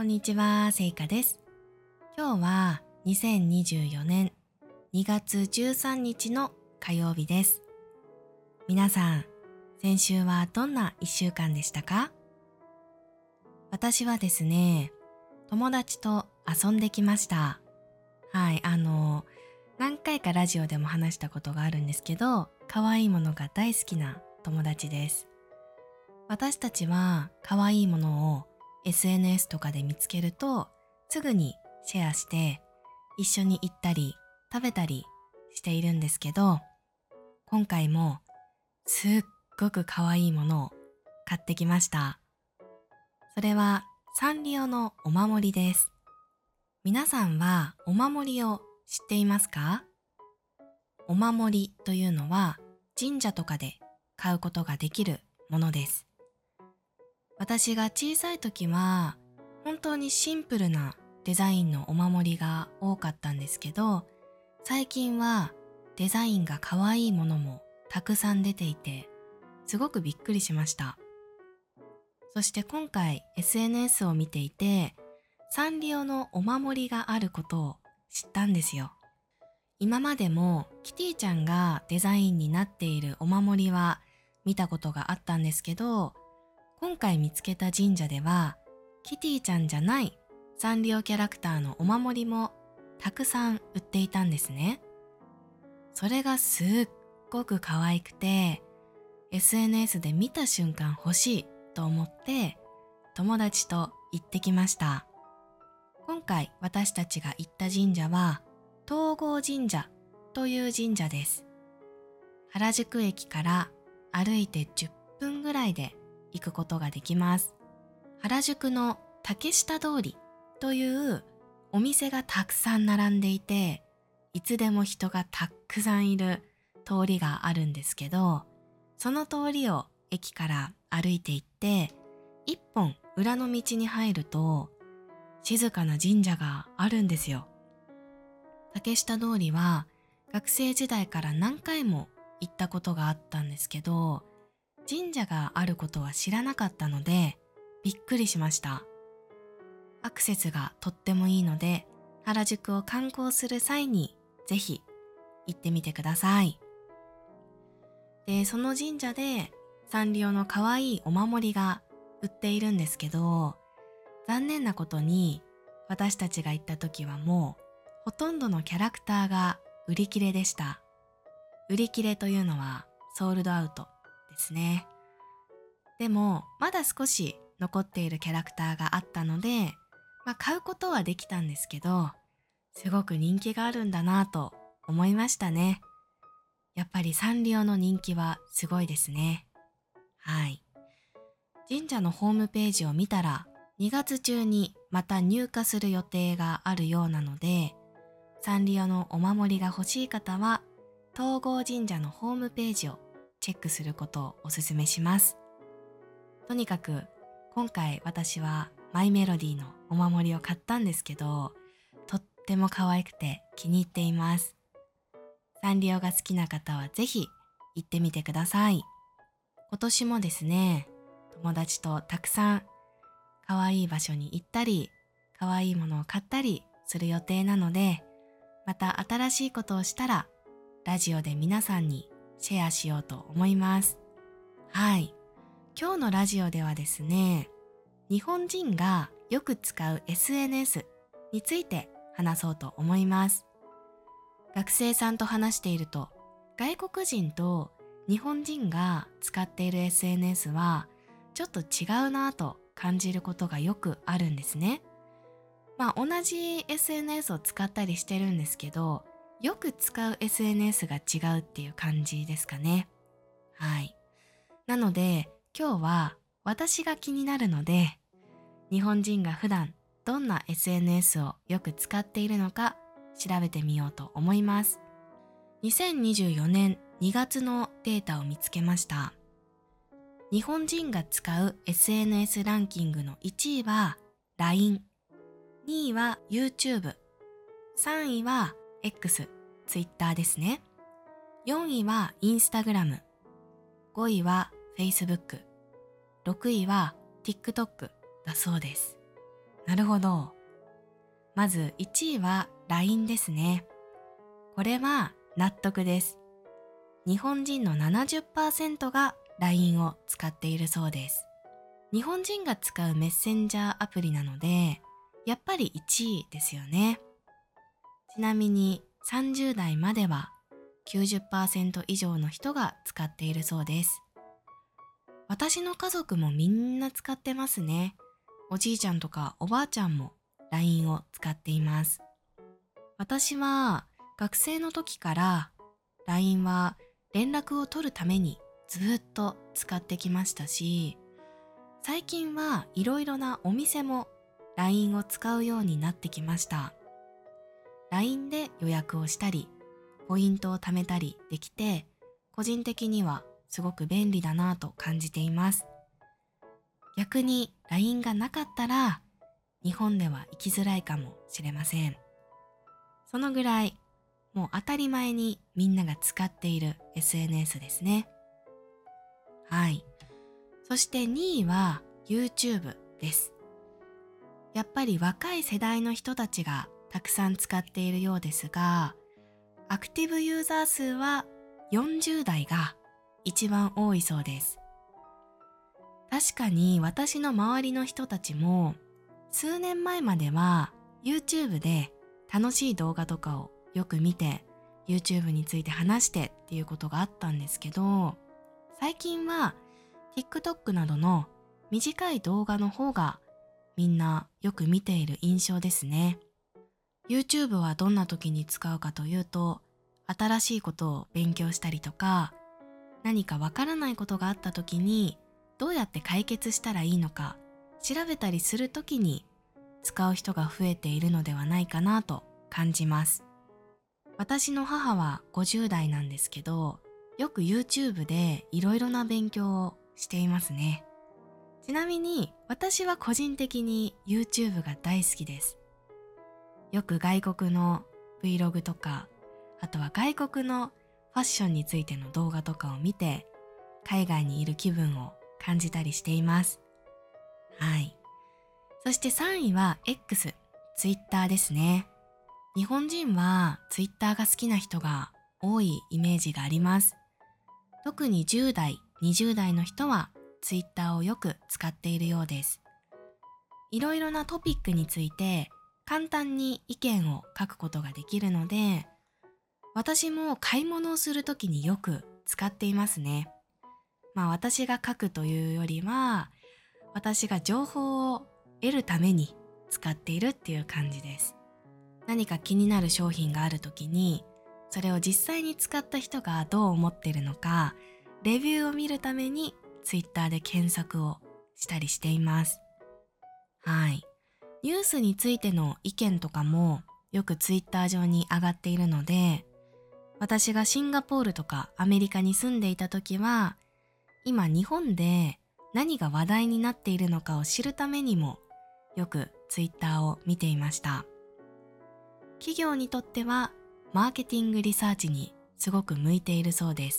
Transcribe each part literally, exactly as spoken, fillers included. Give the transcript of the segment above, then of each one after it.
んにちは、せいかです。今日はにせんにじゅうよねんにがつじゅうさんにちの火曜日です。皆さん、先週はどんないっしゅうかんでしたか？私はですね、友達と遊んできました。はい、あの、何回かラジオでも話したことがあるんですけど、可愛いものが大好きな友達です。私たちは可愛いものを エスエヌエス とかで見つけるとすぐにシェアして一緒に行ったり食べたりしているんですけど、今回もすっごく可愛いものを買ってきました。それはサンリオのお守りです。皆さんはお守りを知っていますか？お守りというのは神社とかで買うことができるものです。私が小さい時は本当にシンプルなデザインのお守りが多かったんですけど、最近はデザインが可愛いものもたくさん出ていて、すごくびっくりしました。そして今回 エスエヌエス を見ていて、サンリオのお守りがあることを知ったんですよ。今までもキティちゃんがデザインになっているお守りは見たことがあったんですけど、今回見つけた神社ではキティちゃんじゃないサンリオキャラクターのお守りもたくさん売っていたんですね。それがすっごく可愛くて エスエヌエス で見た瞬間欲しいと思って友達と行ってきました。今回私たちが行った神社は東郷神社という神社です。原宿駅から歩いてじゅっぷんぐらいで行くことができます。原宿の竹下通りというお店がたくさん並んでいて、いつでも人がたくさんいる通りがあるんですけど、その通りを駅から歩いて行って一本裏の道に入ると静かな神社があるんですよ。竹下通りは学生時代から何回も行ったことがあったんですけど、神社があることは知らなかったのでびっくりしました。アクセスがとってもいいので、原宿を観光する際にぜひ行ってみてください。で、その神社でサンリオの可愛いお守りが売っているんですけど、残念なことに私たちが行った時はもうほとんどのキャラクターが売り切れでした。売り切れというのはソールドアウトですね。でもまだ少し残っているキャラクターがあったので、まあ、買うことはできたんですけど、すごく人気があるんだなぁと思いましたね。やっぱりサンリオの人気はすごいですね。はい。神社のホームページを見たらにがつ中にまた入荷する予定があるようなので、サンリオのお守りが欲しい方は東郷神社のホームページをチェックすることをお勧めします。とにかく今回私はマイメロディのお守りを買ったんですけど、とっても可愛くて気に入っています。サンリオが好きな方はぜひ行ってみてください。今年もですね、友達とたくさん可愛い場所に行ったり、可愛いものを買ったりする予定なので、また新しいことをしたらラジオで皆さんにシェアしようと思います。はい。今日のラジオではですね、日本人がよく使う エスエヌエス について話そうと思います。学生さんと話していると、外国人と日本人が使っている エスエヌエス はちょっと違うなぁと感じることがよくあるんですね。まあ同じ エスエヌエス を使ったりしてるんですけど、よく使う エスエヌエス が違うっていう感じですかね。はい。なので今日は私が気になるので、日本人が普段どんな エスエヌエス をよく使っているのか調べてみようと思います。にせんにじゅうよねんにがつのデータを見つけました。日本人が使う エスエヌエス ランキングのいちいは ライン、にいは YouTube、さんいは X、Twitter ですね。よんいは Instagram、ごいは Facebook、ろくいは TikTok だそうです。 なるほど。まずいちいは ライン ですね。これは納得です。日本人の ななじゅっパーセント が ライン を使っているそうです。日本人が使うメッセンジャーアプリなので、やっぱりいちいですよね。ちなみにさんじゅう代までは きゅうじゅっパーセント 以上の人が使っているそうです。私の家族もみんな使ってますね。おじいちゃんとかおばあちゃんも ライン を使っています。私は学生の時から ライン は連絡を取るためにずっと使ってきましたし、最近はいろいろなお店も ライン を使うようになってきました。ライン で予約をしたり、ポイントを貯めたりできて、個人的にはすごく便利だなぁと感じています。逆に ライン がなかったら、日本では生きづらいかもしれません。そのぐらい、もう当たり前にみんなが使っている エスエヌエス ですね。はい。そしてにいは YouTube です。やっぱり若い世代の人たちがたくさん使っているようですが、アクティブユーザー数はよんじゅう代が一番多いそうです。確かに私の周りの人たちも数年前までは YouTube で楽しい動画とかをよく見て YouTube について話してっていうことがあったんですけど、最近は TikTok などの短い動画の方がみんなよく見ている印象ですね。YouTube はどんな時に使うかというと、新しいことを勉強したりとか、何かわからないことがあった時にどうやって解決したらいいのか調べたりする時に使う人が増えているのではないかなと感じます。私の母はごじゅう代なんですけど、よく YouTube でいろいろな勉強をしていますね。ちなみに私は個人的に YouTube が大好きです。よく外国の Vlog とか、あとは外国のファッションについての動画とかを見て、海外にいる気分を感じたりしています。はい。そしてさんいは X、Twitter ですね。日本人は Twitter が好きな人が多いイメージがあります。特にじゅう代、にじゅう代の人は Twitter をよく使っているようです。いろいろなトピックについて簡単に意見を書くことができるので、私も買い物をするときによく使っていますね。まあ私が書くというよりは、私が情報を得るために使っているっていう感じです。何か気になる商品があるときに、それを実際に使った人がどう思ってるのか、レビューを見るために Twitter で検索をしたりしています。はい。ニュースについての意見とかもよく Twitter 上に上がっているので、私がシンガポールとかアメリカに住んでいた時は、今日本で何が話題になっているのかを知るためにもよく Twitter を見ていました。企業にとってはマーケティングリサーチにすごく向いているそうです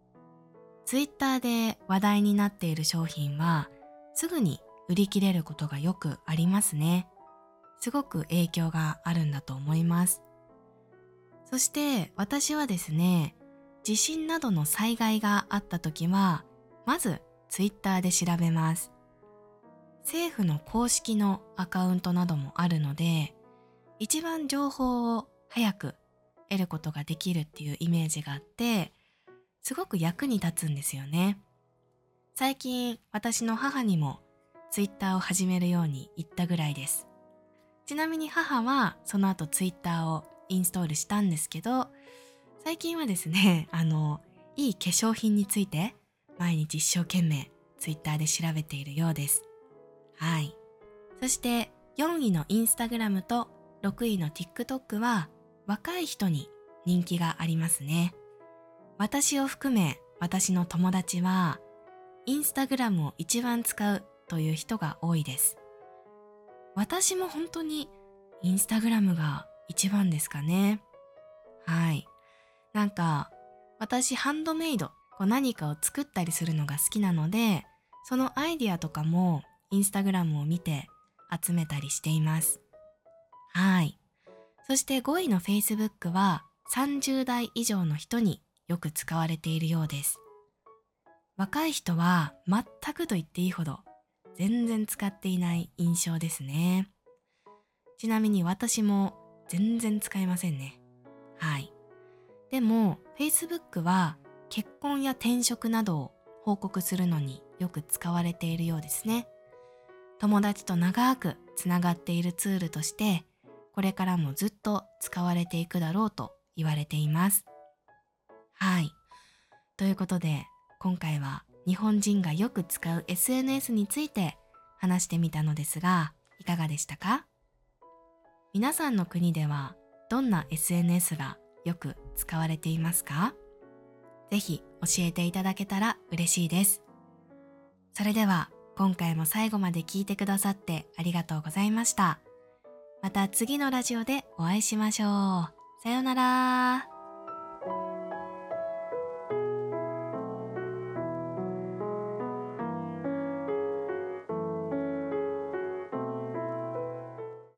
。Twitter で話題になっている商品はすぐに売り切れることがよくありますね。すごく影響があるんだと思います。そして私はですね、地震などの災害があった時は、まず Twitter で調べます。政府の公式のアカウントなどもあるので、一番情報を早く得ることができるっていうイメージがあって、すごく役に立つんですよね。最近私の母にも Twitter を始めるように言ったぐらいです。ちなみに母はその後 Twitter をインストールしたんですけど、最近はですね、あの、いい化粧品について毎日一生懸命 Twitter で調べているようです。はい。そしてよんいの Instagram とろくいの TikTok は若い人に人気がありますね。私を含め私の友達は Instagram を一番使うという人が多いです。私も本当に Instagram が一番ですかね。はい。なんか私ハンドメイド、こう何かを作ったりするのが好きなので、そのアイディアとかも Instagram を見て集めたりしています。はい。そしてごいの Facebook はさんじゅうだい以上の人によく使われているようです。若い人は全くと言っていいほど全然使っていない印象ですね。ちなみに私も全然使えませんね。はい。でも Facebook は結婚や転職などを報告するのによく使われているようですね。友達と長くつながっているツールとしてこれからもずっと使われていくだろうと言われています。はい。ということで今回は日本人がよく使う エスエヌエス について話してみたのですが、いかがでしたか？皆さんの国ではどんな エスエヌエス がよく使われていますか？ぜひ教えていただけたら嬉しいです。それでは今回も最後まで聞いてくださってありがとうございました。また次のラジオでお会いしましょう。さようなら。